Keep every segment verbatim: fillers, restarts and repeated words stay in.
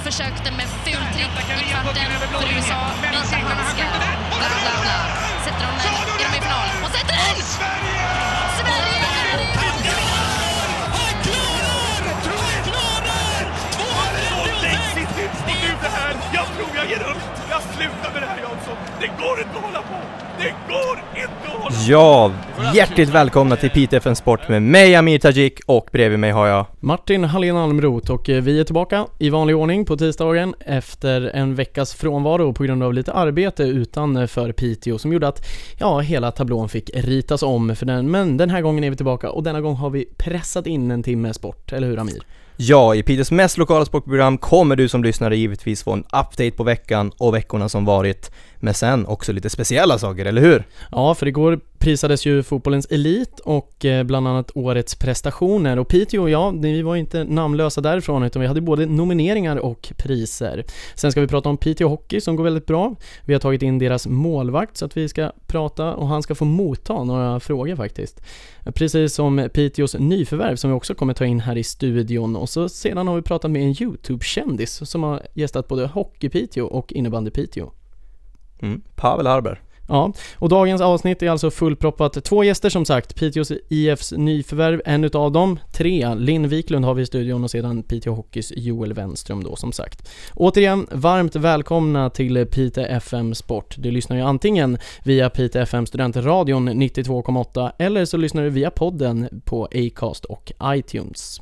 försökte med fultrick i kvarten för U S A, byta handskar, bla bla bla. Sätter de den, är de i final? Och sätter den! Sverige! Sverige! Han klarar! Han klarar! Han klarar! tvåhundratrettiosex! Och nu det här, jag tror jag ger upp. Jag slutar med det här, Jansson. Det går inte att hålla på. Det går inte att hålla på. Ja, hjärtligt välkomna till P T F N Sport med mig Amir Tajik och bredvid mig har jag Martin Hallén Almroth och vi är tillbaka i vanlig ordning på tisdagen efter en veckas frånvaro på grund av lite arbete utanför Piteå som gjorde att ja, hela tablån fick ritas om för den. Men den här gången är vi tillbaka och denna gång har vi pressat in en timme sport, eller hur Amir? Ja, i Piteås mest lokala sportprogram kommer du som lyssnare givetvis få en update på veckan och veckorna som varit. Men sen också lite speciella saker, eller hur? Ja, för igår prisades ju fotbollens elit och bland annat årets prestationer. Och Piteå, ja, vi var inte namnlösa därifrån utan vi hade både nomineringar och priser. Sen ska vi prata om Piteå Hockey som går väldigt bra. Vi har tagit in deras målvakt så att vi ska prata och han ska få motta några frågor faktiskt. Precis som Piteås nyförvärv som vi också kommer ta in här i studion. Och så sedan har vi pratat med en YouTube-kändis som har gästat både Hockey Piteå och Innebandy Piteå. Mm, Pavel Harber. Ja, och dagens avsnitt är alltså fullproppat. Två gäster som sagt, Piteås I F:s nyförvärv, en utav dem. Tre, Linn Wiklund har vi i studion och sedan Piteå Hockeys Joel Wenström då som sagt. Återigen, varmt välkomna till P T F M Sport. Du lyssnar ju antingen via P T F M Studentradion nittiotvå komma åtta eller så lyssnar du via podden på Acast och iTunes.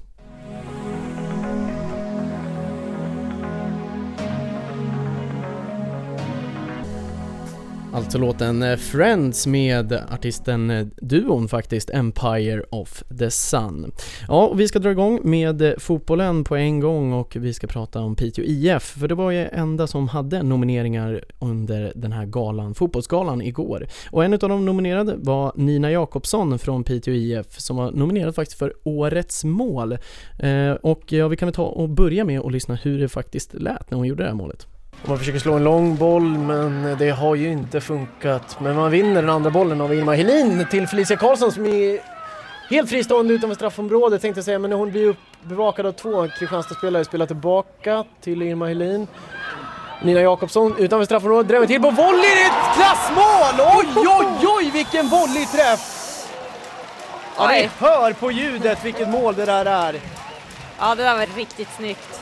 Alltså låten Friends med artisten duon faktiskt Empire of the Sun. Ja, och vi ska dra igång med fotbollen på en gång och vi ska prata om Piteå I F. För det var ju enda som hade nomineringar under den här galan, fotbollsgalan igår. Och en av de nominerade var Nina Jakobsson från Piteå I F som var nominerad faktiskt för årets mål. Eh, och ja, vi kan väl ta och börja med att lyssna hur det faktiskt lät när hon gjorde det här målet. Man försöker slå en lång boll men det har ju inte funkat. Men man vinner den andra bollen av Irma Helin till Felicia Karlsson som är helt fristående utanför straffområdet tänkte jag säga. Men hon blir uppbevakad av två Kristianstad-spelare spelar tillbaka till Irma Helin. Nina Jakobsson utanför straffområdet drämmer till på volley, ett klassmål! Oj oj oj vilken volleyträff! Ja, ni hör på ljudet vilket mål det där är. Ja, det där var riktigt snyggt.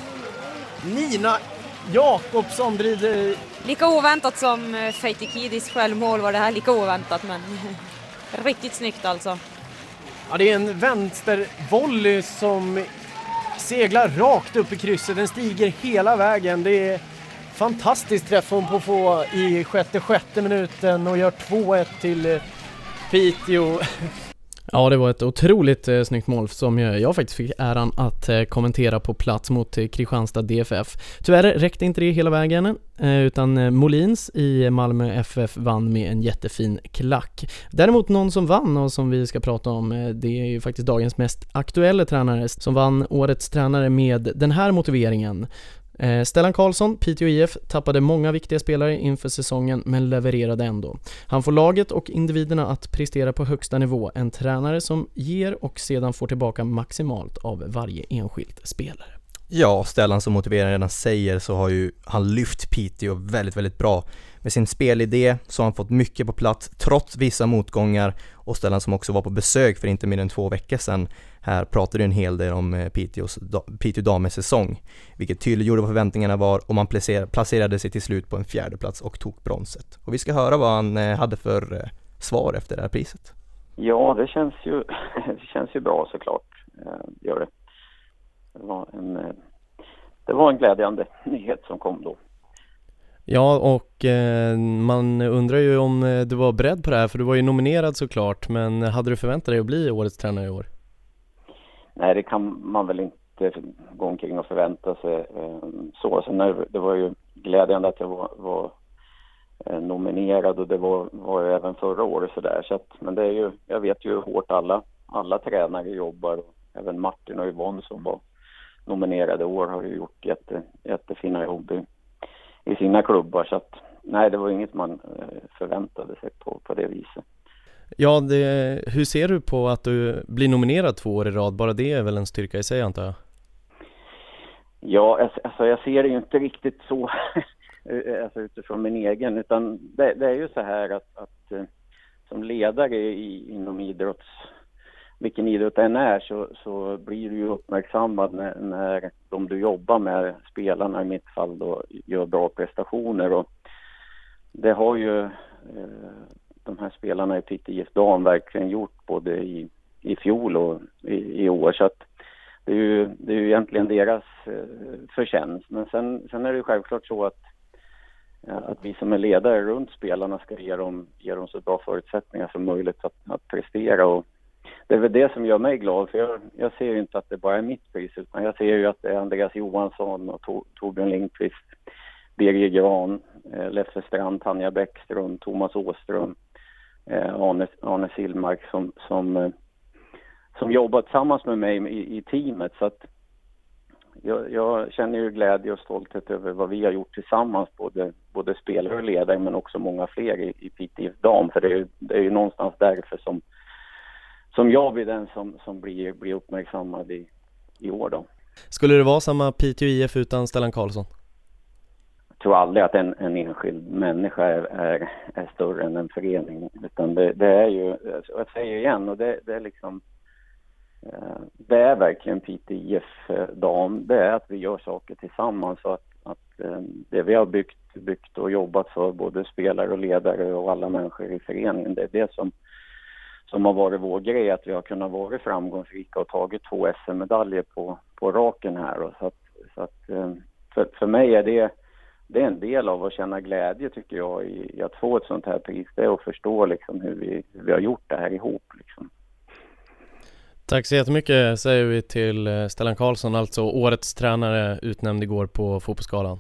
Nina Jakobsson driver... Lika oväntat som Feiti Kidis självmål var det här lika oväntat, men riktigt snyggt alltså. Ja, det är en vänstervolley som seglar rakt upp i krysset. Den stiger hela vägen. Det är fantastiskt träff hon på få i sjätte sjätte minuten och gör två ett till Piteå. Ja, det var ett otroligt eh, snyggt mål som jag, jag faktiskt fick äran att eh, kommentera på plats mot eh, Kristianstad D F F. Tyvärr räckte inte det hela vägen eh, utan eh, Molins i Malmö F F vann med en jättefin klack. Däremot någon som vann och som vi ska prata om eh, det är ju faktiskt dagens mest aktuella tränare som vann årets tränare med den här motiveringen. Eh, Stellan Karlsson, Piteå I F, tappade många viktiga spelare inför säsongen men levererade ändå. Han får laget och individerna att prestera på högsta nivå. En tränare som ger och sedan får tillbaka maximalt av varje enskild spelare. Ja, Stellan som motiverar redan säger så har ju han lyft Piteå väldigt, väldigt bra. Med sin spelidé så har han fått mycket på plats trots vissa motgångar och Stellan som också var på besök för inte mer än två veckor sedan. Här pratade en hel del om Piteås, Piteå damers säsong, vilket tydliggjorde vad förväntningarna var och man placerade sig till slut på en fjärde plats och tog bronset. Och vi ska höra vad han hade för svar efter det här priset. Ja, det känns ju, det känns ju bra såklart, gör det. Det var en, det var en glädjande nyhet som kom då. Ja, och eh, man undrar ju om du var beredd på det här, för du var ju nominerad såklart, men hade du förväntat dig att bli årets tränare i år? Nej, det kan man väl inte gå omkring och förvänta sig. Så, så när, det var ju glädjande att jag var, var nominerad och det var, var ju även förra året så där. Så att, men det är ju, jag vet ju hur hårt alla, alla tränare jobbar. Även Martin och Yvonne som var nominerade år har ju gjort jätte, jättefina jobb i, i sina klubbar. Så att, nej, det var inget man förväntade sig på, på det viset. Ja, det, hur ser du på att du blir nominerad två år i rad? Bara det är väl en styrka i sig, antar jag? Ja, alltså jag ser det ju inte riktigt så alltså utifrån min egen, utan det, det är ju så här att, att som ledare i, inom idrotts, vilken idrott än är, så, så blir du ju uppmärksammad när, när de du jobbar med, spelarna i mitt fall då, gör bra prestationer, och det har ju eh, de här spelarna i Piteå I F Dam verkligen gjort både i, i fjol och i, i år, så att det är ju, det är ju egentligen deras eh, förtjänst. Men sen, sen är det ju självklart så att, ja, att vi som är ledare runt spelarna ska ge dem, ge dem så bra förutsättningar som möjligt att, att prestera, och det är väl det som gör mig glad, för jag, jag ser ju inte att det bara är mitt pris, utan jag ser ju att det är Andreas Johansson och Tor, Torbjörn Lindqvist, Birger Gran, eh, Leffe Strand, Tanja Bäckström, Thomas Åström, eh, Arne, Arne Silmark som, som, eh, som jobbar tillsammans med mig i, i teamet, så att jag, jag känner ju glädje och stolthet över vad vi har gjort tillsammans, både, både spelare och ledare, men också många fler i, i Piteå I F Dam, för det är ju, det är ju någonstans därför som som jag blir den som, som blir, blir uppmärksammad i, i år då. Skulle det vara samma Piteå I F utan Stellan Karlsson? Jag tror aldrig att en, en enskild människa är, är, är större än en förening, utan det, det är ju, jag säger igen, och det, det är liksom det är verkligen Piteå I F Dam, det är att vi gör saker tillsammans, så att, att det vi har byggt, byggt och jobbat för, både spelare och ledare och alla människor i föreningen, det är det som som har varit vår grej, att vi har kunnat vara framgångsrika och tagit två S M-medaljer på, på raken här. Och så att, så att, för, för mig är det, det är en del av att känna glädje, tycker jag, i, i att få ett sånt här pris. Det är att förstå liksom hur, vi, hur vi har gjort det här ihop. Liksom. Tack så jättemycket säger vi till Stellan Karlsson, alltså årets tränare, utnämnd igår på Fotbollsgalan.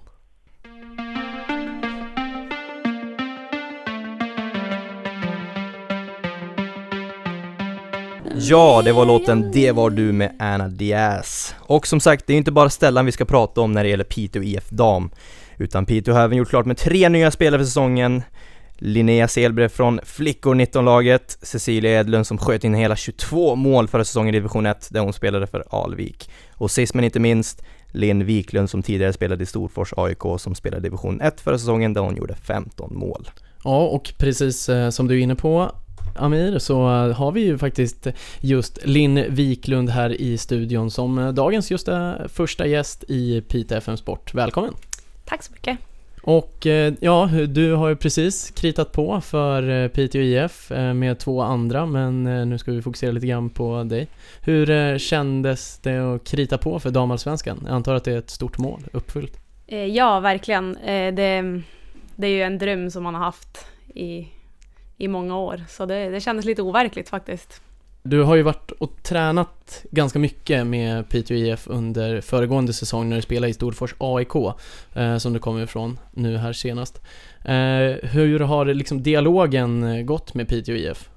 Ja, det var låten Det var du med Anna Diaz. Och som sagt, det är inte bara Stellan vi ska prata om när det gäller Piteå I F Dam, utan Piteå har även gjort klart med tre nya spelare för säsongen. Linnea Selbre från Flickor nitton-laget, Cecilia Edlund som sköt in hela tjugotvå mål förra säsongen i division ett där hon spelade för Alvik. Och sist men inte minst, Linn Wiklund som tidigare spelade i Storfors A I K, som spelade i division ett förra säsongen där hon gjorde femton mål. Ja, och precis eh, som du är inne på, Amir, så har vi ju faktiskt just Linn Wiklund här i studion som dagens just första gäst i Piteå F M Sport. Välkommen! Tack så mycket! Och ja, du har ju precis kritat på för Piteå I F med två andra, men nu ska vi fokusera lite grann på dig. Hur kändes det att krita på för damallsvenskan? Jag antar att det är ett stort mål uppfyllt. Ja, verkligen. Det, det är ju en dröm som man har haft i i många år, så det, det kändes lite overkligt faktiskt. Du har ju varit och tränat ganska mycket med Piteå I F under föregående säsong när du spelade i Storfors A I K eh, som du kommer ifrån nu här senast. Eh, hur har liksom dialogen gått med Piteå I F?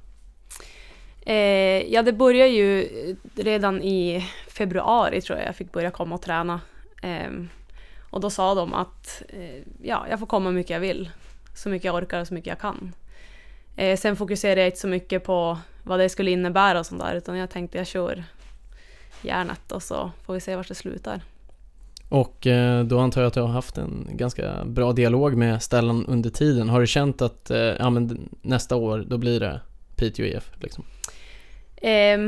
Eh, ja, det började ju redan i februari, tror jag jag fick börja komma och träna. Eh, och då sa de att eh, ja, jag får komma hur mycket jag vill, så mycket jag orkar och så mycket jag kan. Eh, sen fokuserade jag inte så mycket på vad det skulle innebära och sånt där, utan jag tänkte jag kör järnet och så får vi se vart det slutar. Och eh, då antar jag att du har haft en ganska bra dialog med Stellan under tiden. Har du känt att eh, ja, men nästa år då blir det Piteå I F liksom? Eh,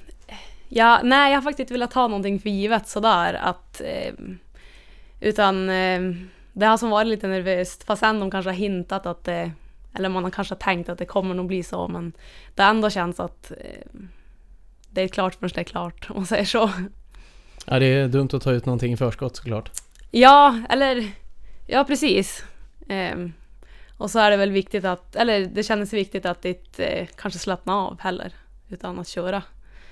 ja, nej, jag har faktiskt inte velat ha någonting för givet sådär att eh, utan eh, det har som varit lite nervöst, fast sen de kanske har hintat att det, eller man har kanske tänkt att det kommer nog bli så, men det ändå känns att eh, det är klart först det är klart, om man säger så. Ja, det är dumt att ta ut någonting i förskott såklart. Ja, eller ja, precis. Eh, och så är det väl viktigt att, eller det kändes viktigt att inte eh, kanske slappna av heller, utan att köra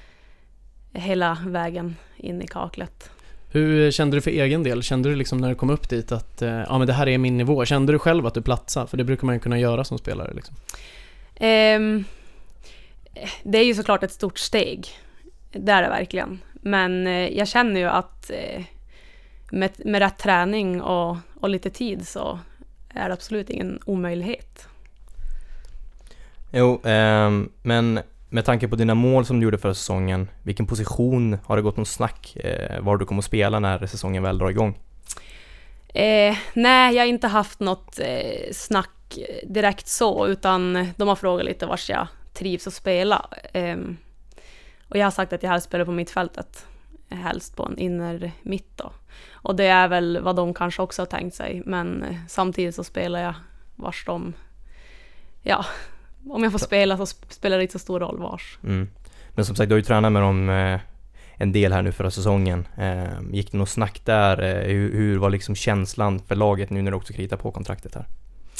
hela vägen in i kaklet. Hur kände du för egen del? Kände du liksom när du kom upp dit att eh, ja, men det här är min nivå? Kände du själv att du platsar? För det brukar man ju kunna göra som spelare liksom. Eh, det är ju såklart ett stort steg. Det är det verkligen. Men eh, jag känner ju att eh, med, med rätt träning och, och lite tid så är det absolut ingen omöjlighet. Jo, eh, men med tanke på dina mål som du gjorde förra säsongen, vilken position har det gått någon snack eh, var du kommer att spela när säsongen väl drar igång? Eh, nej, jag har inte haft något eh, snack direkt så, utan de har frågat lite vars jag trivs att spela. Eh, och jag har sagt att jag helst spelar på mittfältet, helst på en inner mitt då. Och det är väl vad de kanske också har tänkt sig, men eh, samtidigt så spelar jag vars de, ja, om jag får spela så spelar det inte så stor roll vars. Mm. Men som sagt, du har ju tränat med dem eh, en del här nu förra säsongen. Eh, gick det något snack där? Eh, hur, hur var liksom känslan för laget nu när du också kritar på kontraktet här?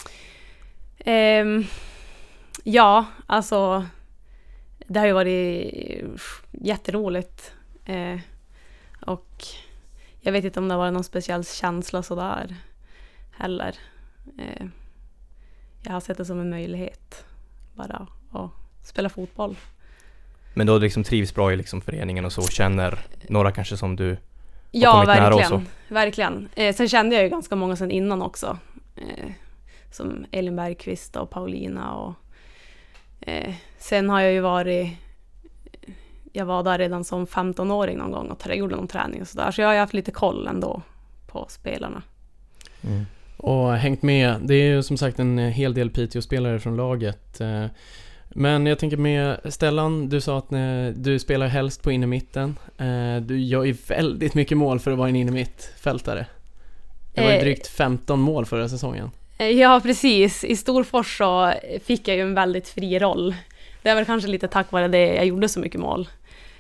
Eh, ja, alltså det har ju varit jätteroligt. Eh, och jag vet inte om det var någon speciell känsla sådär heller. Eh, jag har sett det som en möjlighet bara att spela fotboll. Men då liksom trivs bra i liksom föreningen och så, känner några kanske som du har ja, kommit nära och så? Ja, verkligen. Eh, sen kände jag ju ganska många sen innan också. Eh, som Elin Bergqvist och Paulina. Och, eh, sen har jag ju varit... Jag var där redan som femtonåring någon gång och tra- gjorde någon träning och sådär. Så jag har haft lite koll ändå på spelarna. Mm. Och hängt med. Det är ju som sagt en hel del Piteå-spelare från laget. Men jag tänker med Stellan, du sa att du spelar helst på innermitten. Du gör ju väldigt mycket mål för att vara en innermittfältare. Det var ju drygt femton mål förra säsongen. Ja, precis. I Storfors så fick jag ju en väldigt fri roll. Det är väl kanske lite tack vare det jag gjorde så mycket mål.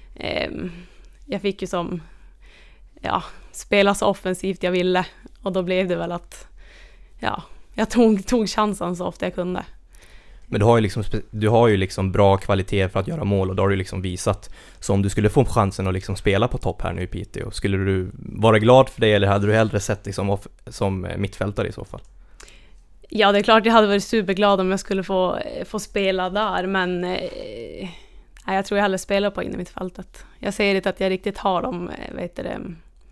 Jag fick ju som ja, spela så offensivt jag ville. Och då blev det väl att ja, jag tog, tog chansen så ofta jag kunde. Men du har ju liksom, du har ju liksom bra kvalitet för att göra mål och då har du liksom visat. Så om du skulle få chansen att liksom spela på topp här nu i Piteå, skulle du vara glad för det eller hade du hellre sett liksom off, som mittfältare i så fall? Ja, det är klart jag hade varit superglad om jag skulle få, få spela där, men eh, jag tror jag hellre spelar på innermittfältet. Jag säger inte att jag riktigt har dem, vet du,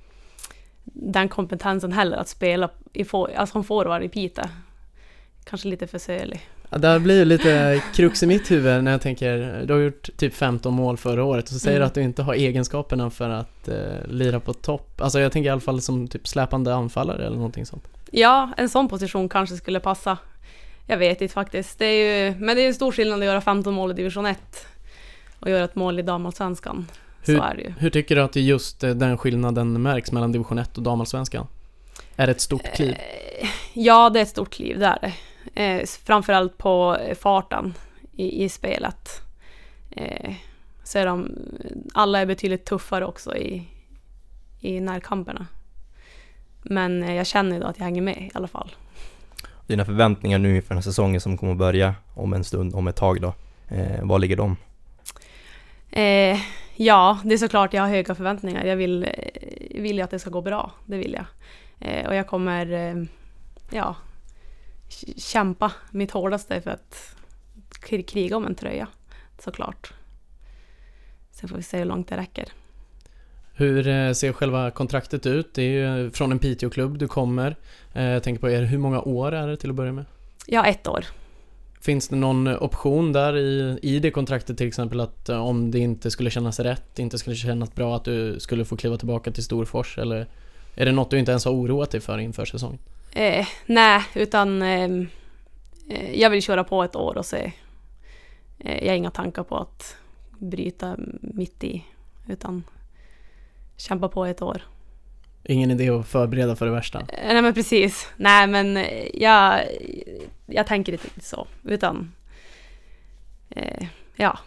den kompetensen heller att spela i for, alltså som forward i Piteå. Kanske lite för sölig. Ja, det blir ju lite krux i mitt huvud när jag tänker, du har gjort typ femton mål förra året och så säger du mm. att du inte har egenskaperna för att eh, lira på topp. Alltså jag tänker i alla fall som typ släpande anfallare eller någonting sånt. Ja, en sån position kanske skulle passa. Jag vet inte faktiskt. Det är ju, men det är en stor skillnad att göra femton mål i division ett och göra ett mål i damallsvenskan. Hur, så är det ju. Hur tycker du att det just den skillnaden märks mellan division ett och damallsvenskan? Är det ett stort kliv? Eh, ja, det är ett stort kliv, det är det. Eh, framförallt på farten i, i spelet. Eh, så är de, alla är betydligt tuffare också i, i närkamperna. Men eh, jag känner då att jag hänger med i alla fall. Dina förväntningar nu för den här säsongen som kommer att börja om en stund, om ett tag då. Eh, vad ligger de? Eh, ja, det är såklart jag har höga förväntningar. Jag vill, eh, vill ju att det ska gå bra, det vill jag. Eh, och jag kommer eh, ja, kämpa mitt hårdaste för att kriga om en tröja, såklart. Sen får vi se hur långt det räcker. Hur ser själva kontraktet ut? Det är ju från en Piteå-klubb du kommer. Jag tänker på er, hur många år är det till att börja med? Ja, ett år. Finns det någon option där i, i det kontraktet till exempel att om det inte skulle kännas rätt, inte skulle kännas bra att du skulle få kliva tillbaka till Storfors? Eller är det något du inte ens har oroat dig för inför säsongen? Eh, nej, utan eh, jag vill köra på ett år och se. Eh, jag har inga tankar på att bryta mitt i, utan kämpa på ett år. Ingen idé att förbereda för det värsta? Eh, nej men precis. Nej men jag, jag tänker inte så, utan eh, ja.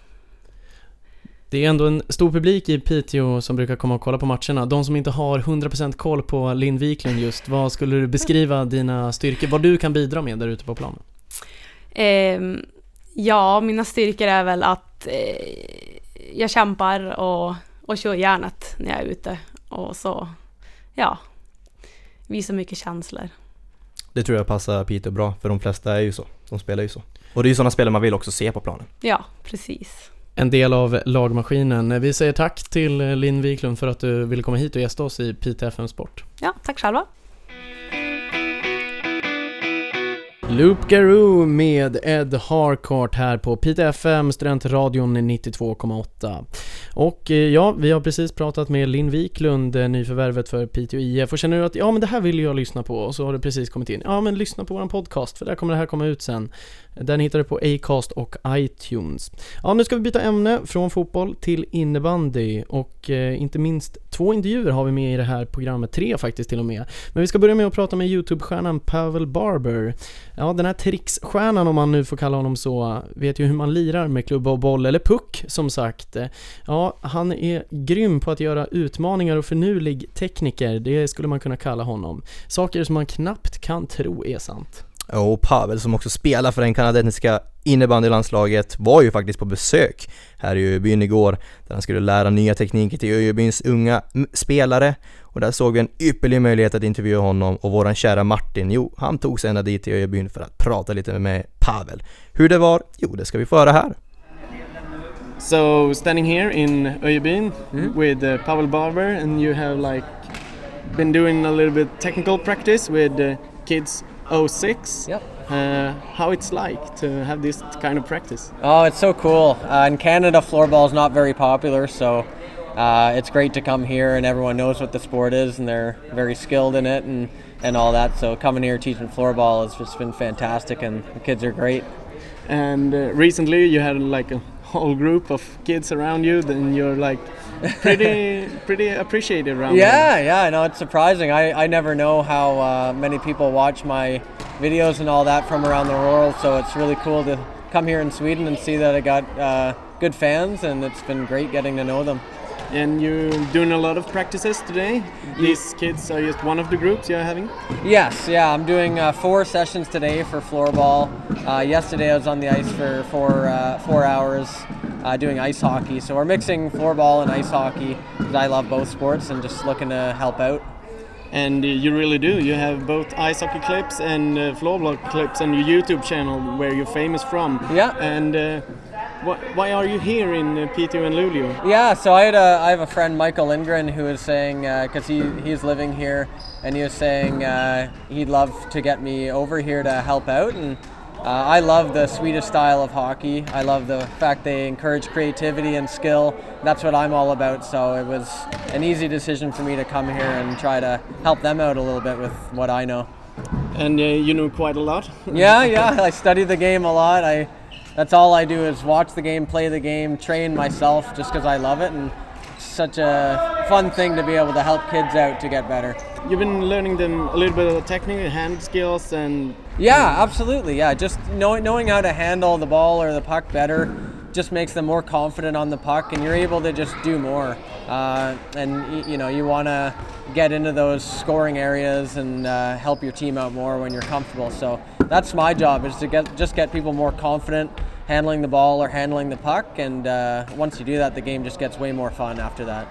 Det är ändå en stor publik i Piteå som brukar komma och kolla på matcherna. De som inte har hundra procent koll på Linn Wiklund just, vad skulle du beskriva dina styrkor, vad du kan bidra med där ute på planen? Eh, ja, mina styrkor är väl att eh, jag kämpar och, och kör järnet när jag är ute. Och så, ja, visar mycket känslor. Det tror jag passar Piteå bra, för de flesta är ju så. De spelar ju så. Och det är ju sådana spelare man vill också se på planen. Ja, precis. En del av lagmaskinen. Vi säger tack till Linn Wiklund för att du ville komma hit och gästa oss i Piteå F M Sport. Ja, tack själva. Loop Garou med Ed Harcourt här på Piteå F M, studentradion nittiotvå komma åtta. Och ja, vi har precis pratat med Linn Wiklund, nyförvärvet för Piteå I F, och känner du att ja men det här vill jag lyssna på, och så har du precis kommit in. Ja men lyssna på våran podcast, för där kommer det här komma ut sen. Den hittar du på Acast och iTunes. Ja, nu ska vi byta ämne från fotboll till innebandy, och eh, inte minst två intervjuer har vi med i det här programmet, tre faktiskt till och med. Men vi ska börja med att prata med YouTube-stjärnan Pavel Barber. Ja, den här tricksstjärnan, om man nu får kalla honom så, vet ju hur man lirar med klubba och boll, eller puck som sagt. Ja, han är grym på att göra utmaningar och förnulig tekniker, det skulle man kunna kalla honom. Saker som man knappt kan tro är sant. Och Pavel, som också spelar för den kanadensiska innebandylandslaget, var ju faktiskt på besök här i Öjebyn igår, där han skulle lära nya tekniker till Öjebyns unga m- spelare. Och där såg vi en ypperlig möjlighet att intervjua honom, och våran kära Martin, jo, han tog sig ända dit till Öjebyn för att prata lite med Pavel. Hur det var, jo, det ska vi få höra här. So, standing here in Öjebyn Mm. with uh, Pavel Barber, and you have like been doing a little bit technical practice with uh, kids oh six. Yep. Uh, how it's like to have this kind of practice? Oh, it's so cool. Uh, in Canada, floorball is not very popular, so uh, it's great to come here, and everyone knows what the sport is, and they're very skilled in it, and, and all that. So coming here teaching floorball has just been fantastic, and the kids are great. And uh, recently you had like a whole group of kids around you, then you're like pretty pretty appreciated around Yeah, them. yeah, I know, it's surprising. I, I never know how uh, many people watch my videos and all that from around the world, so it's really cool to come here in Sweden and see that I got uh, good fans, and it's been great getting to know them. And you're doing a lot of practices today? These kids are just one of the groups you're having? Yes, yeah, I'm doing uh, four sessions today for floorball. Uh, yesterday I was on the ice for four, uh, four hours uh, doing ice hockey. So we're mixing floorball and ice hockey because I love both sports and just looking to help out. And uh, you really do. You have both ice hockey clips and uh, floorball clips on your YouTube channel where you're famous from. Yeah. And uh, wh- why are you here in uh, Piteå and Luleå? Yeah, so I had a I have a friend, Michael Lindgren, who was saying because he he's living here, and he was saying uh, he'd love to get me over here to help out. And uh, I love the Swedish style of hockey. I love the fact they encourage creativity and skill. That's what I'm all about. So it was an easy decision for me to come here and try to help them out a little bit with what I know. And uh, you know quite a lot. Yeah, yeah. I study the game a lot. I that's all I do is watch the game, play the game, train myself just because I love it, and it's such a fun thing to be able to help kids out to get better. You've been learning them a little bit of technical hand skills and... Yeah, absolutely. Yeah, just knowing knowing how to handle the ball or the puck better just makes them more confident on the puck, and you're able to just do more. Uh, and y- you know, you want to get into those scoring areas and uh, help your team out more when you're comfortable. So that's my job, is to get just get people more confident handling the ball or handling the puck. And uh, once you do that, the game just gets way more fun after that.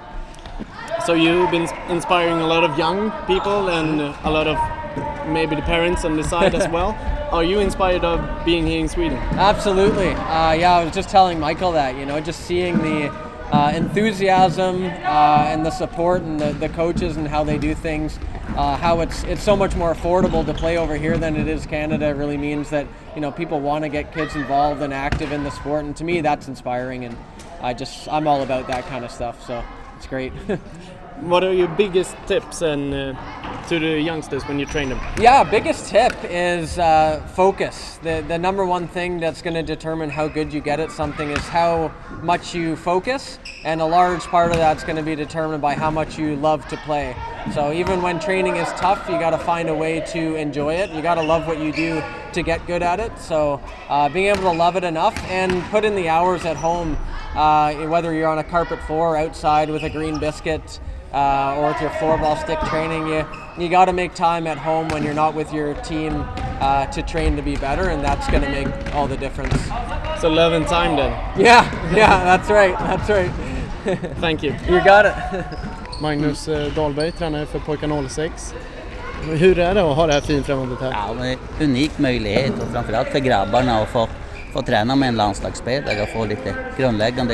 So you've been inspiring a lot of young people and a lot of maybe the parents on the side as well. Are you inspired of being here in Sweden? Absolutely. Uh, yeah, I was just telling Michael that, you know, just seeing the uh, enthusiasm uh, and the support and the, the coaches and how they do things, uh, how it's it's so much more affordable to play over here than it is Canada, really means that, you know, people want to get kids involved and active in the sport, and to me that's inspiring, and I just I'm all about that kind of stuff, so it's great. What are your biggest tips and uh, to the youngsters when you train them? Yeah, biggest tip is uh, focus. The the number one thing that's going to determine how good you get at something is how much you focus, and a large part of that's going to be determined by how much you love to play. So even when training is tough, you got to find a way to enjoy it. You got to love what you do to get good at it. So uh, being able to love it enough and put in the hours at home, uh, whether you're on a carpet floor or outside with a green biscuit, Uh, or with your floorball stick training, you you got to make time at home when you're not with your team uh, to train to be better, and that's going to make all the difference. So love and time then. Yeah, yeah, that's right, that's right. Thank you. You got it. Magnus eh, Dahlberg, tränare för pojkar noll sex. Hur är det att ha det här finfrämmandet här? Ja, men unik möjlighet, och framförallt för grabbarna att få, få träna med en landslagsspelare och få lite grundläggande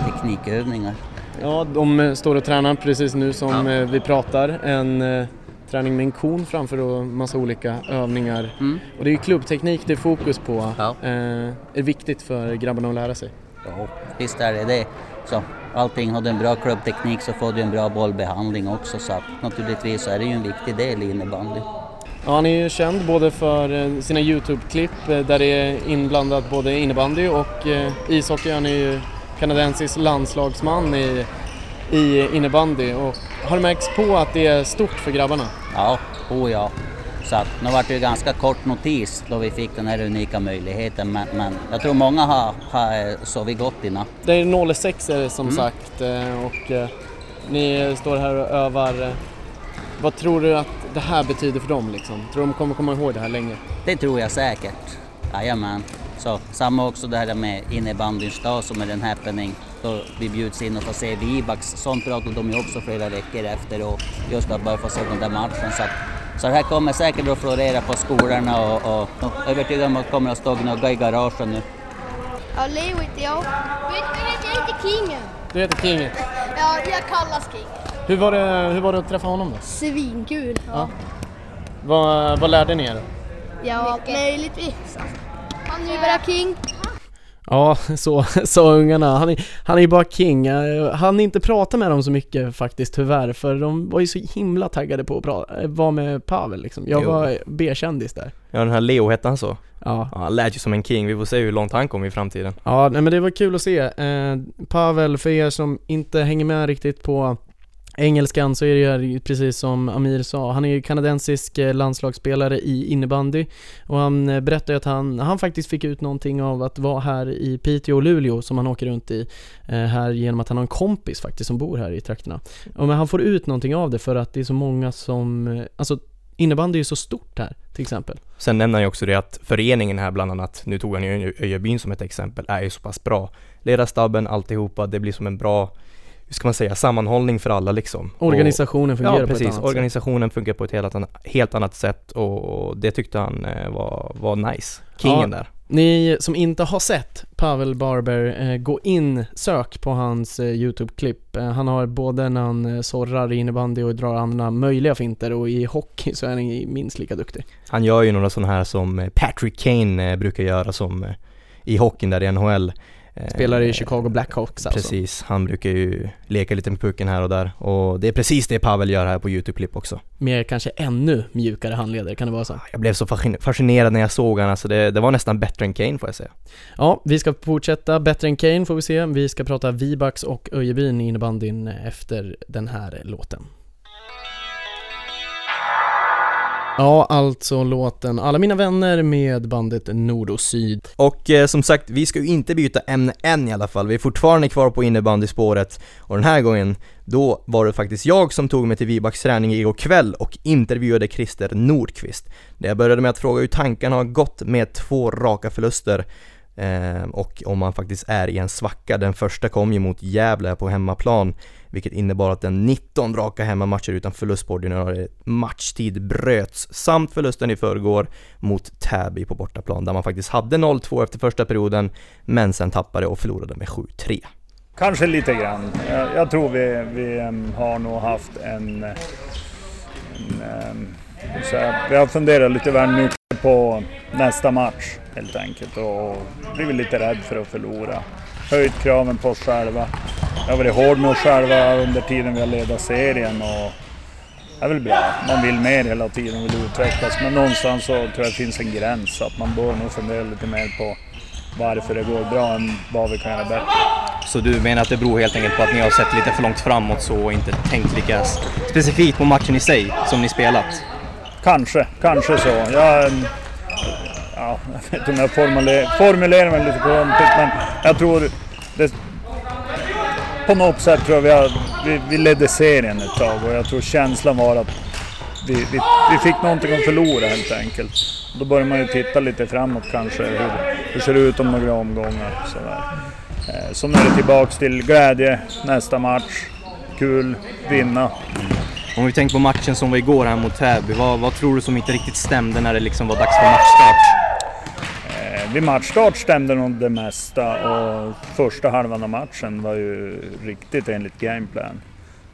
klubbteknikövningar. Ja, de står och tränar precis nu som ja. vi pratar. En eh, styrketräning med en kon framför och massa olika övningar. Mm. Och det är ju klubbteknik det är fokus på. Ja. Eh, är det viktigt för grabbarna att lära sig? Ja, visst är det det. Så allting har en bra klubbteknik så får du en bra bollbehandling också. Så att, naturligtvis så är det ju en viktig del i innebandy. Ja, han är ju känd både för sina YouTube-klipp där det är inblandat både innebandy och eh, ishockey. Han är ju kanadensisk landslagsman i, i innebandy. Och har det märkts på att det är stort för grabbarna? Ja, oh ja. Så att, nu var det ju ganska kort notis då vi fick den här unika möjligheten. Men, men jag tror många har, har sovit gott i natt. Det är noll sex är det som Mm. sagt och eh, ni står här och övar. Vad tror du att det här betyder för dem liksom? Tror du de kommer komma ihåg det här länge? Det tror jag säkert. Jajamän. Så samma också det här med innebandyns dag som är en happening. Då vi bjuds in och får se Vibax. Sånt pratade de ju också flera veckor efter och just att bara få se den där matchen. Så, att, så det här kommer säkert att florera på skolorna och, och, och övertygad om att kommer att stå gnugga i garagen nu. Ja, Leo heter jag. Jag heter King. Du heter King. Ja, jag kallas King. Hur var det, hur var det att träffa honom då? Svinkul. Ja. Ja. Vad, vad lärde ni er? Ja, möjligtvis. Han är ju bara King. Ja, så sa ungarna. Han är, han är ju bara King. Han inte prata med dem så mycket faktiskt tyvärr. För de var ju så himla taggade på att prata, vara med Pavel liksom. Jag Jo. var B-kändis där. Ja, den här Leo hette han så. Ja. Ja, han lät ju som en king. Vi får se hur långt han kommer i framtiden. Ja, nej, men det var kul att se. Eh, Pavel, för er som inte hänger med riktigt på engelskan så är det ju precis som Amir sa. Han är ju kanadensisk landslagsspelare i innebandy och han berättade att han, han faktiskt fick ut någonting av att vara här i Piteå och Luleå som han åker runt i eh, här genom att han har en kompis faktiskt som bor här i trakterna. Och men han får ut någonting av det för att det är så många som, alltså innebandy är ju så stort här till exempel. Sen nämner han ju också det att föreningen här bland annat, nu tog han ju Öjebyn som ett exempel, är ju så pass bra. Ledarstabben, alltihopa, det blir som en bra, hur ska man säga, sammanhållning för alla liksom. Organisationen fungerar ja, på precis. ett annat Organisationen sätt. funkar på ett helt annat, helt annat sätt och det tyckte han var, var nice. Kingen ja, där. Ni som inte har sett Pavel Barber, eh, gå in, sök på hans eh, YouTube-klipp. Eh, han har både när han eh, sorrar i innebandy och drar andra möjliga finter och i hockey så är han minst lika duktig. Han gör ju några sådana här som Patrick Kane eh, brukar göra som eh, i hockeyn där i N H L. Spelar i Chicago Blackhawks alltså. Precis, han brukar ju leka lite med pucken här och där. Och det är precis det Pavel gör här på YouTube-klipp också. Mer kanske ännu mjukare handleder, kan det vara så? Jag blev så fascinerad när jag såg han, alltså det, det var nästan bättre än Kane får jag säga. Ja, vi ska fortsätta bättre än Kane får vi se. Vi ska prata Vibax och Öjebyn i innebandyn efter den här låten. Ja, alltså låten Alla mina vänner med bandet Nord och Syd. Och eh, som sagt, vi ska ju inte byta ämne än i alla fall. Vi är fortfarande kvar på innebandyspåret. Och den här gången, då var det faktiskt jag som tog mig till Vibax träning igår kväll och intervjuade Christer Nordqvist. Där jag började med att fråga hur tankarna har gått med två raka förluster. Eh, och om man faktiskt är i en svacka. Den första kom ju mot Gävle på hemmaplan, vilket innebar att den nitton raka hemmamatcher utan förlust på ordinarie matchtid bröts, samt förlusten i förrgår mot Täby på bortaplan där man faktiskt hade noll två efter första perioden men sen tappade och förlorade med sju tre. Kanske lite grann. Jag, jag tror vi, vi um, har nog haft en, en um, så här, vi har funderat lite väl mycket på nästa match helt enkelt och blivit lite rädd för att förlora. Höjt kraven på oss själva. Jag har varit hård med oss själva under tiden vi har ledat serien och det är väl bra. Man vill mer hela tiden, vill utvecklas, men någonstans så tror jag det finns en gräns att man bör nog fundera lite mer på varför det går bra än vad vi kan göra bättre. Så du menar att det beror helt enkelt på att ni har sett lite för långt framåt så och inte tänkt lika specifikt på matchen i sig som ni spelat? Kanske, kanske så. Jag, ja, jag vet inte om jag formulerar, formulerar mig lite konstigt, men jag tror det, på något sätt tror jag vi, har, vi, vi ledde serien ett tag och jag tror känslan var att vi, vi, vi fick någonting att förlora helt enkelt. Då börjar man ju titta lite framåt kanske, hur, hur ser det ut om några omgångar. Sådär. Så nu är det tillbaka till glädje, nästa match, kul, vinna. Om vi tänker på matchen som var igår här mot Täby, vad, vad tror du som inte riktigt stämde när det liksom var dags för matchstart? Eh, vid matchstart stämde nog det mesta och första halvan av matchen var ju riktigt enligt gameplan.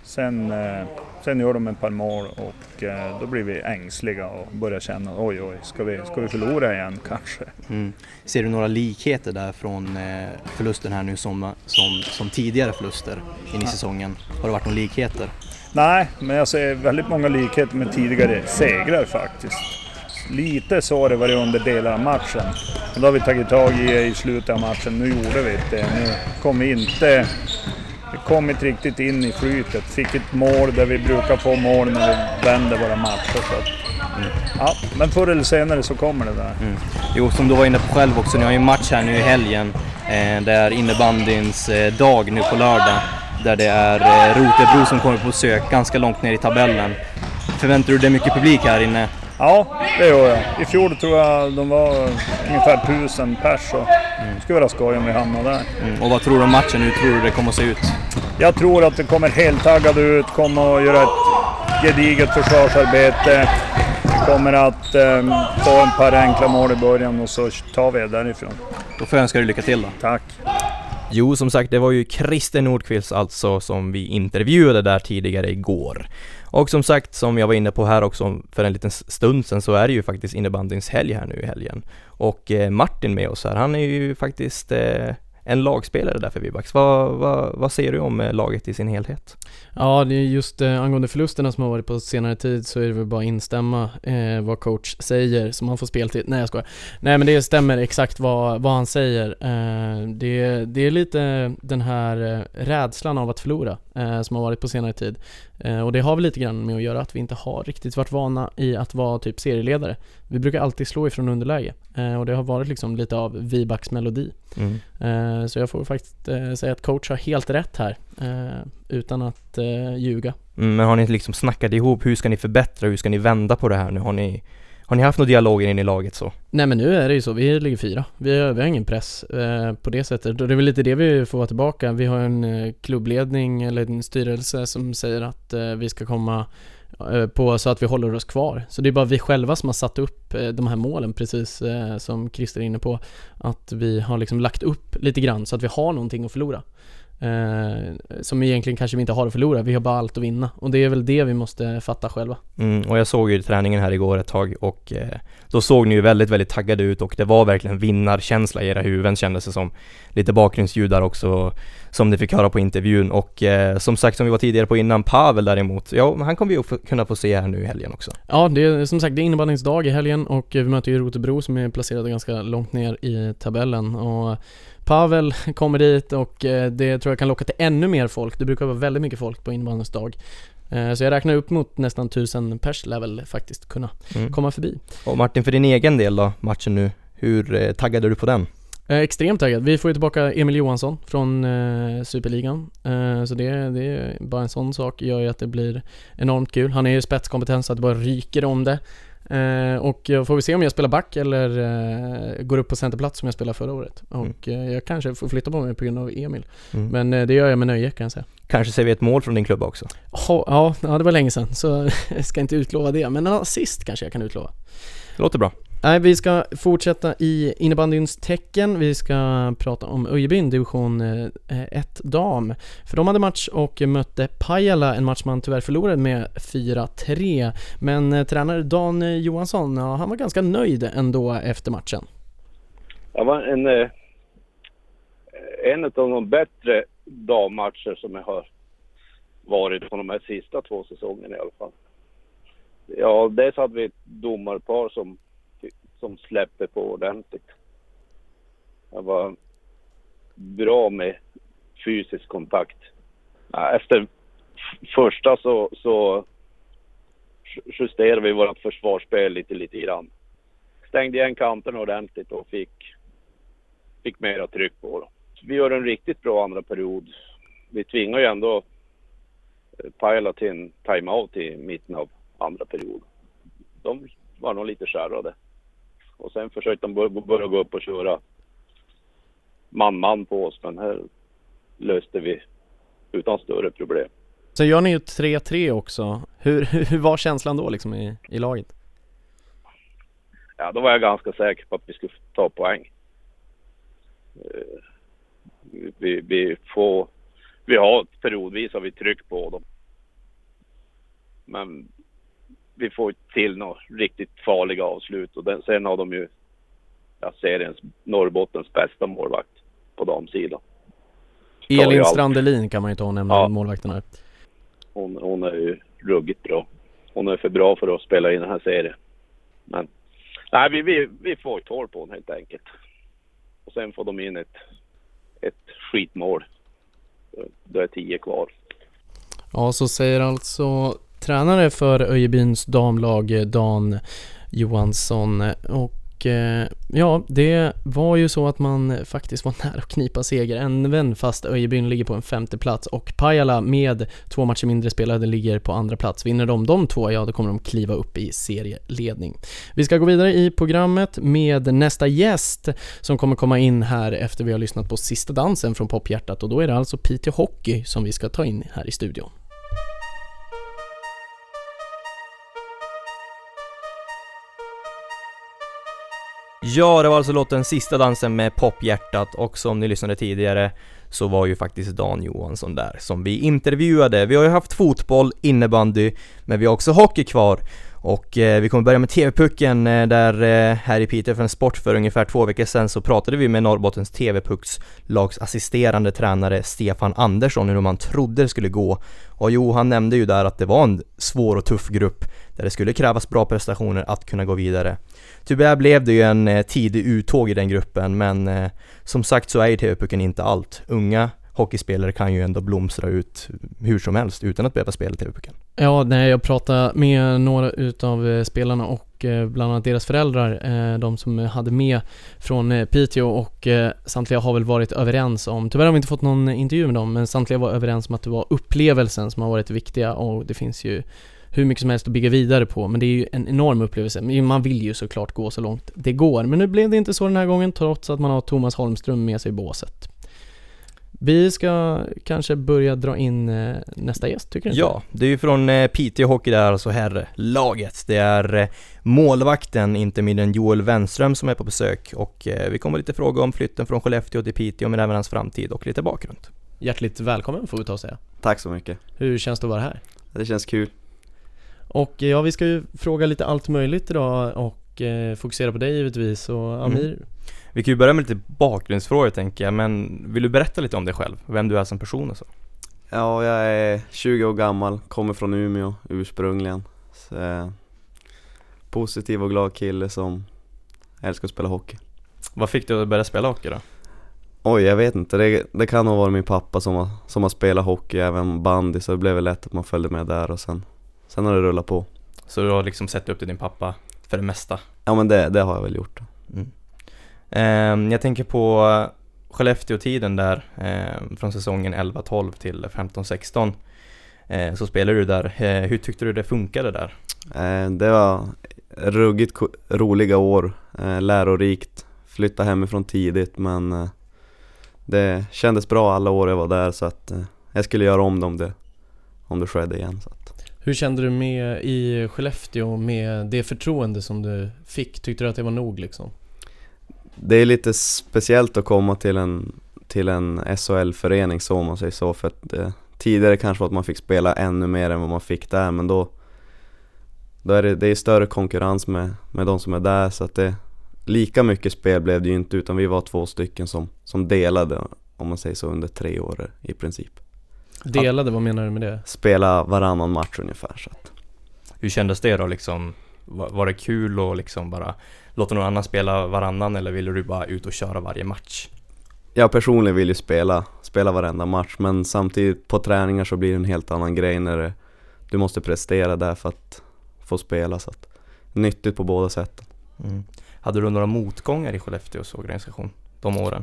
Sen, eh, sen gör de ett par mål och eh, då blir vi ängsliga och börjar känna oj oj, ska vi, ska vi förlora igen kanske? Mm. Ser du några likheter där från eh, förlusten här nu som, som, som tidigare förluster in i säsongen? Har det varit några likheter? Nej, men jag ser väldigt många likheter med tidigare segrar faktiskt. Lite så har det varit under delar av matchen. Och då har vi tagit tag i i slutet av matchen. Nu gjorde vi det. Nu kom vi inte... Vi kom inte riktigt in i flytet. Fick ett mål där vi brukar få mål när vi vänder våra matcher. Så att, mm. Ja, men förr eller senare så kommer det där. Mm. Jo, som du var inne på själv också. Ni har ju en match här nu i helgen. Eh, det är innebandyns eh, dag nu på lördag. Där det är eh, Rotebro som kommer på besök ganska långt ner i tabellen. Förväntar du dig mycket publik här inne? Ja, det gör jag. I fjol tror jag de var ungefär tusen pers och mm. det skulle vara skoj om vi hamnar där. Mm. Och vad tror du om matchen? Hur tror du det kommer att se ut? Jag tror att det kommer helt taggad ut, kommer att göra ett gediget försvarsarbete. Vi kommer att eh, få ett par enkla mål i början och så tar vi därifrån. Då får jag önska dig lycka till då. Tack. Jo, som sagt, det var ju Christer Nordqvist alltså som vi intervjuade där tidigare igår. Och som sagt, som jag var inne på här också för en liten stund sedan, så är det ju faktiskt innebandyns helg här nu i helgen. Och eh, Martin med oss här, han är ju faktiskt eh, en lagspelare där för V-Bucks. Vad, vad, vad säger du om eh, laget i sin helhet? Ja, det är just eh, angående förlusterna som har varit på senare tid, så är det väl bara instämma eh, vad coach säger så man får speltid. Nej, jag skojar. Nej, men det stämmer exakt vad, vad han säger. Eh, det, det är lite den här eh, rädslan av att förlora eh, som har varit på senare tid. Eh, och det har väl lite grann med att göra att vi inte har riktigt varit vana i att vara typ serieledare. Vi brukar alltid slå ifrån underläge. Eh, och det har varit liksom lite av V-Bucks melodi. Mm. Eh, så jag får faktiskt eh, säga att coach har helt rätt här. Eh, utan att eh, ljuga. Mm, men har ni liksom snackat ihop, hur ska ni förbättra, hur ska ni vända på det här nu? Har ni, har ni haft några dialoger in i laget så? Nej, men nu är det ju så, vi ligger fyra. Vi har, vi har ingen press eh, på det sättet. Och det är väl lite det vi får vara tillbaka. Vi har en eh, klubbledning eller en styrelse som säger att eh, vi ska komma eh, på så att vi håller oss kvar. Så det är bara vi själva som har satt upp eh, de här målen, precis eh, som Christer är inne på. Att vi har liksom lagt upp lite grann så att vi har någonting att förlora. Eh, som egentligen kanske vi inte har att förlora. Vi har bara allt att vinna. Och det är väl det vi måste fatta själva. Mm, och jag såg ju träningen här igår ett tag. Och eh, då såg ni ju väldigt, väldigt taggade ut. Och det var verkligen vinnarkänsla i era huvuden, kändes det som. Lite bakgrundsljud där också, som ni fick höra på intervjun. Och eh, som sagt, som vi var tidigare på innan, Pavel däremot, ja, han kommer vi ju få, kunna få se här nu i helgen också. Ja, det är som sagt, det är innebandyns dag i helgen. Och vi möter ju Rotebro som är placerade ganska långt ner i tabellen. Och Pavel kommer dit och det tror jag kan locka till ännu mer folk. Det brukar vara väldigt mycket folk på innebandyns dag. Så jag räknar upp mot nästan tusen pers level faktiskt kunna mm. komma förbi. Och Martin, för din egen del då, matchen nu, hur taggade du på den? Eh, extremt taggad. Vi får ju tillbaka Emil Johansson från eh, Superligan. Eh, så det, det är bara en sån sak gör ju att det blir enormt kul. Han är ju spetskompetens så att det bara ryker om det. Eh, och får vi se om jag spelar back eller eh, går upp på centerplats som jag spelade förra året. Och mm. eh, jag kanske får flytta på mig på grund av Emil. Mm. Men eh, det gör jag med nöje, kan jag säga. Kanske ser vi ett mål från din klubb också. Oh, ja, ja, det var länge sedan så jag ska inte utlova det. Men assist kanske jag kan utlova. Det låter bra. Nej, vi ska fortsätta i innebandyns tecken. Vi ska prata om Öjebyn, division ett dam. För de hade match och mötte Pajala, en match man tyvärr förlorade med fyra tre. Men eh, tränare Dan Johansson, ja, han var ganska nöjd ändå efter matchen. Det var en, eh, en av de bättre dammatcher som jag har varit på de här sista två säsongerna i alla fall. Ja, dels hade vi ett domarpar som som släpper på ordentligt. Det var bra med fysisk kontakt. Efter första så, så justerade vi vårt försvarsspel lite, lite grann. Stängde igen kanten ordentligt och fick, fick mera tryck på det. Vi gör en riktigt bra andra period. Vi tvingar ju ändå Pajala till en timeout i mitten av andra period. De var nog lite skärrade. Och sen försökte de börja gå upp och köra man-man på oss. Men här löste vi utan större problem. Så gör ni ju tre tre också. Hur, hur var känslan då liksom i, i laget? Ja, då var jag ganska säker på att vi skulle ta poäng. Vi, vi, får, vi har periodvis har vi tryck på dem. men vi får till några riktigt farliga avslut. Och den, sen har de ju, jag seriens Norrbottens bästa målvakt på damsidan. Elin Strandelin kan man ju ta och nämna, ja. Målvakten här. Hon, hon är ju ruggigt bra. Hon är för bra för att spela i den här serien. Men nej, vi, vi, vi får ett hål på hon helt enkelt. Och sen får de in ett, ett skitmål. Då är tio kvar. Ja, så säger alltså tränare för Öjebyns damlag, Dan Johansson. Och ja, det var ju så att man faktiskt var nära att knipa seger även fast Öjebyn ligger på en femte plats och Pajala med två matcher mindre spelade ligger på andra plats. Vinner de de två, ja då kommer de kliva upp i serieledning. Vi ska gå vidare i programmet med nästa gäst som kommer komma in här efter vi har lyssnat på sista dansen från Pophjärtat, och då är det alltså Piteå Hockey som vi ska ta in här i studion. Ja, det var alltså låten Sista dansen med Pophjärtat, och som ni lyssnade tidigare så var ju faktiskt Dan Johansson där som vi intervjuade. Vi har ju haft fotboll, innebandy, men vi har också hockey kvar. Och eh, vi kommer börja med T V-pucken eh, där eh, här i Piteå för en sport för ungefär två veckor sedan så pratade vi med Norrbottens T V-pucks lags assisterande tränare Stefan Andersson hur man trodde det skulle gå. Och jo, han nämnde ju där att det var en svår och tuff grupp där det skulle krävas bra prestationer att kunna gå vidare. Tyvärr blev det ju en eh, tidig uttåg i den gruppen, men eh, som sagt så är ju T V-pucken inte allt. Unga hockeyspelare kan ju ändå blomstra ut hur som helst utan att behöva spela T V-pucken. Ja, nej, jag pratade med några utav spelarna och eh, bland annat deras föräldrar, eh, de som hade med från eh, Piteå, och eh, samtliga har väl varit överens om, tyvärr har vi inte fått någon intervju med dem, men samtliga var överens om att det var upplevelsen som har varit viktiga, och det finns ju hur mycket som helst att bygga vidare på, men det är ju en enorm upplevelse. Man vill ju såklart gå så långt det går, men nu blev det inte så den här gången trots att man har Thomas Holmström med sig i båset. Vi ska kanske börja dra in eh, nästa gäst, tycker du inte? Ja, det är ju från eh, Piteå Hockey där, alltså här laget. Det är eh, målvakten, inte mindre än Joel Wenström som är på besök. Och eh, vi kommer lite fråga om flytten från Skellefteå till Piteå, men även hans framtid och lite bakgrund. Hjärtligt välkommen får vi ta och säga. Tack så mycket. Hur känns det att vara här? Det känns kul. Och ja, vi ska ju fråga lite allt möjligt idag och eh, fokusera på dig givetvis. Och Amir... Mm. Vi kan ju börja med lite bakgrundsfrågor tänker jag, men vill du berätta lite om dig själv? Vem du är som person och så? Ja, jag är tjugo år gammal, kommer från Umeå ursprungligen. Så, eh, positiv och glad kille som älskar att spela hockey. Vad fick du att börja spela hockey då? Oj, jag vet inte. Det, det kan nog vara min pappa som har, som har spelat hockey, även bandy, så det blev väl lätt att man följde med där och sen, sen har det rullat på. Så du har liksom sett upp till din pappa för det mesta? Ja, men det, det har jag väl gjort. Mm. Um, jag tänker på Skellefteå-tiden där, um, från säsongen elva tolv till femton sexton. Uh, så spelade du där. Uh, hur tyckte du det funkade där? Uh, det var ruggigt ko- roliga år, uh, lärorikt. Flytta hemifrån tidigt, men uh, det kändes bra alla år jag var där, så att uh, jag skulle göra om det om det, om det skedde igen. Så att. Hur kände du med i Skellefteå med det förtroende som du fick? Tyckte du att det var nog liksom? Det är lite speciellt att komma till en, till en S H L-förening, så man säger så, för att eh, tidigare kanske var att man fick spela ännu mer än vad man fick där, men då, då är det, det är större konkurrens med, med de som är där, så att det, lika mycket spel blev det ju inte, utan vi var två stycken som, som delade, om man säger så, under tre år i princip. Delade, vad menar du med det? Spela varannan match ungefär. Så att. Hur kändes det då liksom? Var, var det kul att liksom bara låta någon annan spela varannan, eller ville du bara ut och köra varje match? Jag personligen vill ju spela, spela varenda match, men samtidigt på träningar så blir det en helt annan grej när det, du måste prestera där för att få spela, så att nyttigt på båda sätten. Mm. Hade du några motgångar i Skellefteås organisation de åren?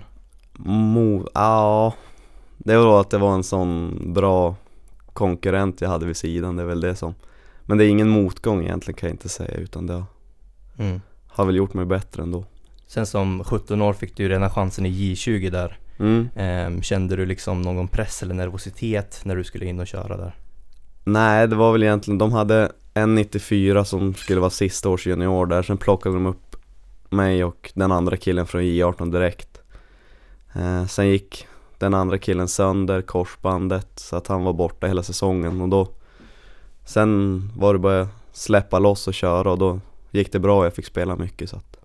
Mo- ja, det var då att det var en sån bra konkurrent jag hade vid sidan, det är väl det som. Men det är ingen motgång egentligen, kan jag inte säga, utan det mm. har väl gjort mig bättre ändå. Sen som sjutton år fick du ju redan chansen i J tjugo där. Mm. Ehm, kände du liksom någon press eller nervositet när du skulle in och köra där? Nej, det var väl egentligen, de hade en nittiofyra som skulle vara sista års junior där. Sen plockade de upp mig och den andra killen från J arton direkt. Ehm, sen gick den andra killen sönder korsbandet, så att han var borta hela säsongen, och då sen var det bara släppa loss och köra och då gick det bra och jag fick spela mycket. Så att.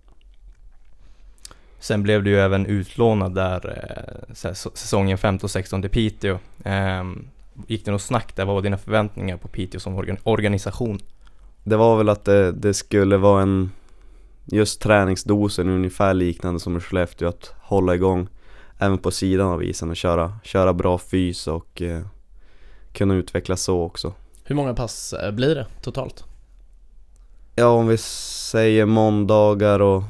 Sen blev du ju även utlånad där eh, säsongen femton sexton till Piteå. Eh, gick det något snack där? Vad var dina förväntningar på Piteå som organ- organisation? Det var väl att det, det skulle vara en just träningsdosen ungefär liknande som i Skellefteå, att hålla igång även på sidan av isen och köra, köra bra fys och eh, kunna utvecklas så också. Hur många pass blir det totalt? Ja, om vi säger måndagar och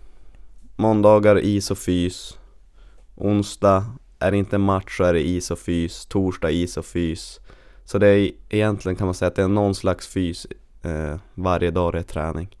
måndagar is och fys. Onsdag är det inte match så är det is och fys. Torsdag is och fys. Så det är egentligen, kan man säga att det är någon slags fys eh, varje dag det är träning.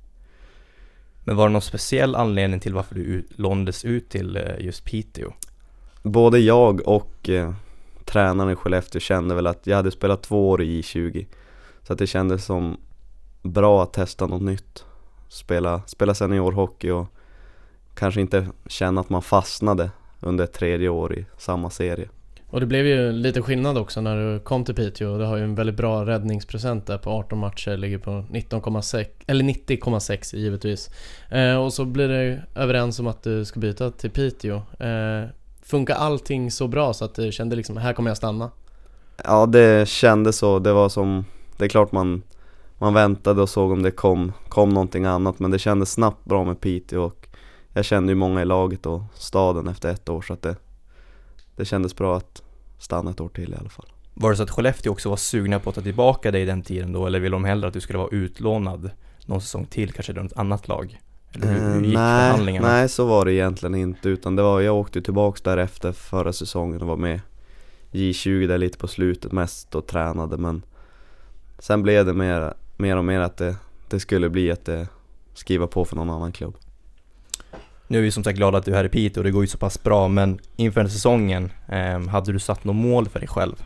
Men var det någon speciell anledning till varför du lånades ut till eh, just Piteå? Både jag och eh, tränaren i Skellefteå kände väl att jag hade spelat två år i I tjugo. Så att det kändes som bra att testa något nytt. Spela, spela seniorhockey och kanske inte känna att man fastnade under ett tredje år i samma serie. Och det blev ju lite skillnad också när du kom till Piteå. Du har ju en väldigt bra räddningsprocent där på arton matcher, ligger på nitton komma sex eller nittio komma sex givetvis. Eh, och så blir det överens om att du ska byta till Piteå. Eh, funkar allting så bra så att du kände liksom, här kommer jag stanna? Ja, det kändes så. Det var som, det är klart man man väntade och såg om det kom kom någonting annat, men det kändes snabbt bra med Piteå och jag kände ju många i laget och staden efter ett år, så att det det kändes bra att stanna ett år till i alla fall. Var det så att Skellefteå också var sugna på att ta tillbaka dig i den tiden då, eller vill de hellre att du skulle vara utlånad någon säsong till, kanske till något annat lag? Eller hur, hur gick uh, nej, förhandlingarna? Nej, så var det egentligen inte, utan det var, jag åkte tillbaks där efter förra säsongen och var med i tjugo där lite på slutet mest och tränade, men sen blev det mer, mer och mer att det, det skulle bli att det skriva på för någon annan klubb. Nu är vi som sagt glada att du är här i Piteå och det går ju så pass bra, men inför den säsongen, eh, hade du satt något mål för dig själv?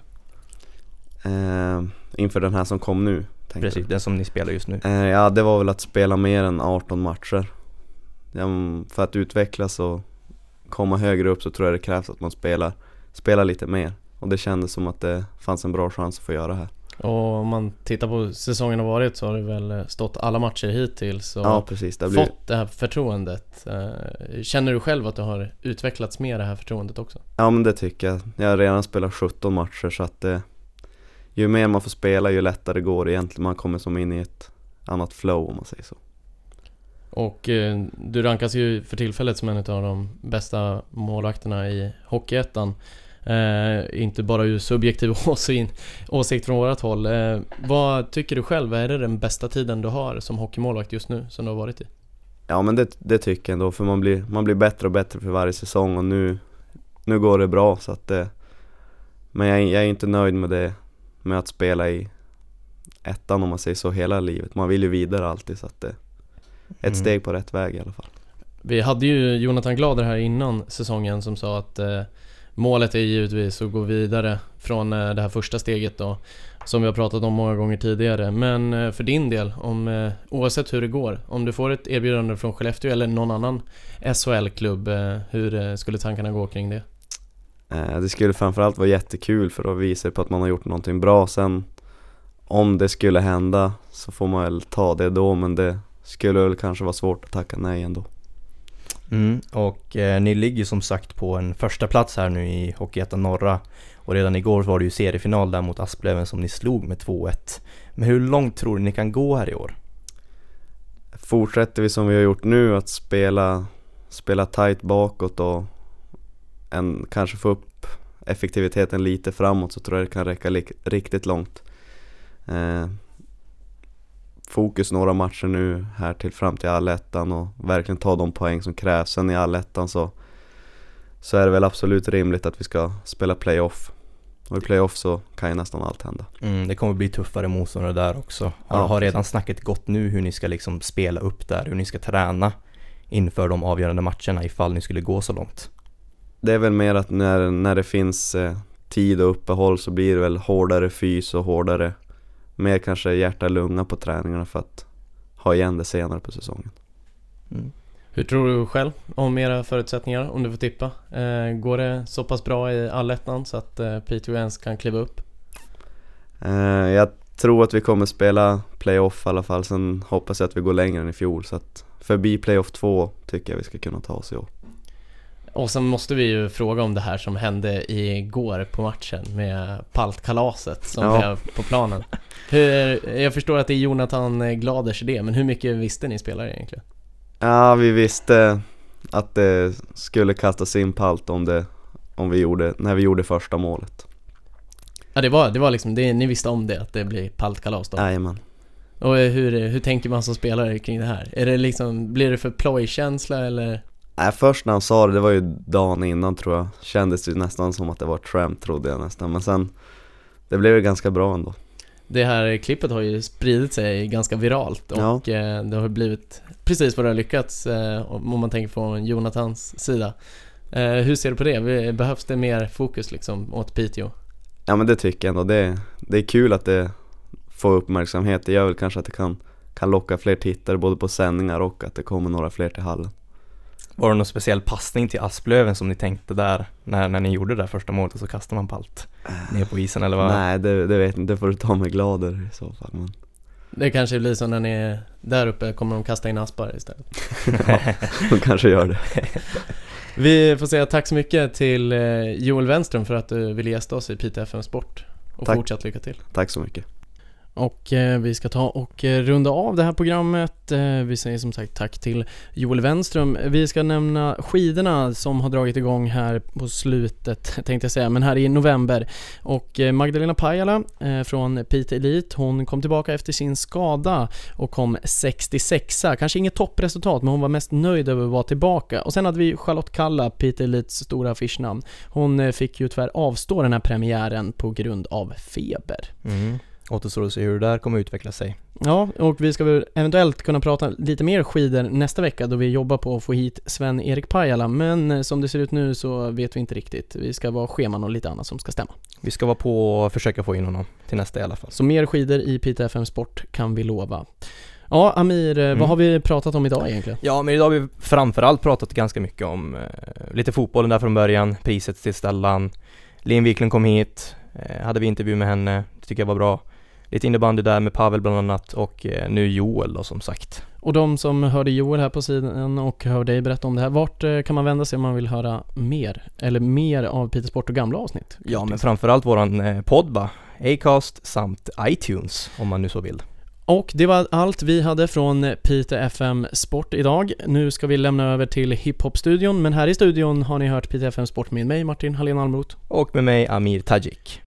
Eh, inför den här som kom nu? Precis, den som ni spelar just nu. Eh, ja, det var väl att spela mer än arton matcher. Ja, för att utvecklas och komma högre upp så tror jag det krävs att man spelar, spelar lite mer. Och det kändes som att det fanns en bra chans att få göra här. Och om man tittar på säsongen har varit så har det väl stått alla matcher hittills och ja, precis, det blir... fått det här förtroendet. Känner du själv att du har utvecklats med det här förtroendet också? Ja, men det tycker jag. Jag har redan spelat sjutton matcher, så att det, ju mer man får spela ju lättare går det egentligen. Man kommer som in i ett annat flow om man säger så. Och eh, du rankas ju för tillfället som en av de bästa målvakterna i Hockeyettan. Eh, inte bara ur subjektiv åsikt, åsikt från vårat håll. Eh, vad tycker du själv? Är det den bästa tiden du har som hockeymålvakt just nu som du har varit i? Ja, men det, det tycker jag ändå, för man blir, man blir bättre och bättre för varje säsong och nu, nu går det bra, så att det, men jag, jag är inte nöjd med det, med att spela i ettan om man säger så hela livet. Man vill ju vidare alltid, så att det är ett mm. steg på rätt väg i alla fall. Vi hade ju Jonathan Glader här innan säsongen som sa att eh, målet är givetvis att gå vidare från eh, det här första steget då, som vi har pratat om många gånger tidigare. Men eh, för din del, om, eh, oavsett hur det går, om du får ett erbjudande från Skellefteå eller någon annan S H L-klubb, eh, hur eh, skulle tankarna gå kring det? Eh, det skulle framförallt vara jättekul för att visa på att man har gjort någonting bra. Sen om det skulle hända så får man väl ta det då, men det skulle väl kanske vara svårt att tacka nej ändå. Mm, och eh, ni ligger som sagt på en första plats här nu i Hockeyettan Norra, och redan igår var det ju seriefinal där mot Asplöven som ni slog med två ett. Men hur långt tror ni ni kan gå här i år? Fortsätter vi som vi har gjort nu, att spela, spela tight bakåt och en, kanske få upp effektiviteten lite framåt, så tror jag det kan räcka li- riktigt långt. Eh, fokus några matcher nu här till fram till allettan och verkligen ta de poäng som krävs. Sen i allettan så, så är det väl absolut rimligt att vi ska spela playoff. Och i playoff så kan ju nästan allt hända. Mm, det kommer bli tuffare motståndare där också. Har, ja, har redan snacket gått nu hur ni ska liksom spela upp där, hur ni ska träna inför de avgörande matcherna ifall ni skulle gå så långt? Det är väl mer att när, när det finns eh, tid och uppehåll så blir det väl hårdare fys och hårdare, mer kanske hjärta och lunga på träningarna för att ha igen det senare på säsongen. Mm. Hur tror du själv om era förutsättningar, om du får tippa? Eh, går det så pass bra i allettan så att eh, Piteå ens kan kliva upp? Eh, jag tror att vi kommer spela playoff i alla fall. Sen hoppas jag att vi går längre än i fjol. Så att förbi playoff två tycker jag vi ska kunna ta oss i år. Och sen måste vi ju fråga om det här som hände igår på matchen med paltkalaset som Ja. vi har på planen. Hur, jag förstår att det är Jonathan Gladers idé, men hur mycket visste ni spelare egentligen? Ja, vi visste att det skulle kastas in palt om det, om vi gjorde, när vi gjorde första målet. Ja, det var, det var liksom, det, ni visste om det, att det blir paltkalas då? Jajamän. Och hur, hur tänker man som spelare kring det här? Är det liksom, blir det för plojkänsla eller? Nej, först när han sa det, det var ju dagen innan tror jag. Kändes det nästan som att det var Trump, trodde jag nästan. Men sen, det blev ju ganska bra ändå. Det här klippet har ju spridit sig ganska viralt och Ja. eh, det har blivit precis vad det har lyckats eh, om man tänker från Jonathans sida. Eh, hur ser du på det? Behövs det mer fokus liksom åt Piteå? Ja, men det tycker jag ändå. Det, det är kul att det får uppmärksamhet. Det gör väl kanske att det kan, kan locka fler tittare både på sändningar och att det kommer några fler till hallen. Var det någon speciell passning till Asplöven som ni tänkte där när, när ni gjorde det där första målet och så kastade man palt ner på isen eller vad? Nej, det, det vet jag inte. Det får du ta med Glader i så fall. Men... Det kanske blir så när ni är där uppe kommer de kasta in aspar istället. Ja, de kanske gör det. Vi får säga tack så mycket till Joel Wenström för att du ville gästa oss i Piteå F M Sport och Tack. fortsatt lycka till. Tack så mycket. Och eh, vi ska ta och eh, runda av det här programmet. Eh, vi säger som sagt tack till Joel Wenström. Vi ska nämna skidorna som har dragit igång här på slutet, tänkte jag säga, men här i november. Och eh, Magdalena Pajala eh, från Piteå Elite, hon kom tillbaka efter sin skada och kom sextiosexa. Kanske inget toppresultat, men hon var mest nöjd över att vara tillbaka. Och sen hade vi Charlotte Kalla, Piteå Elites stora affischnamn. Hon eh, fick ju tyvärr avstå den här premiären på grund av feber. Mm. Återstår att se hur det där kommer utveckla sig. Ja, och vi ska väl eventuellt kunna prata lite mer skidor nästa vecka då vi jobbar på att få hit Sven-Erik Pajala. Men som det ser ut nu så vet vi inte riktigt. Vi ska vara scheman och lite annat som ska stämma. Vi ska vara på och försöka få in honom till nästa i alla fall. Så mer skidor i Piteå F M Sport kan vi lova. Ja, Amir, mm. vad har vi pratat om idag egentligen? Ja, men idag har vi framförallt pratat ganska mycket om eh, lite fotbollen där från början. Priset till Stellan. Lin Wiklund kom hit. Eh, hade vi intervju med henne. Det tycker jag var bra. Lite innebandy där med Pavel bland annat och eh, nu Joel då som sagt. Och de som hörde Joel här på sidan och hörde dig berätta om det här, vart eh, kan man vända sig om man vill höra mer? Eller mer av Piteå Sport och gamla avsnitt? Ja, men framförallt våran eh, poddba, Acast samt iTunes om man nu så vill. Och det var allt vi hade från Piteå F M Sport idag. Nu ska vi lämna över till Hiphop-studion, men här i studion har ni hört Piteå F M Sport med mig, Martin Hallén Almroth. Och med mig, Amir Tajik.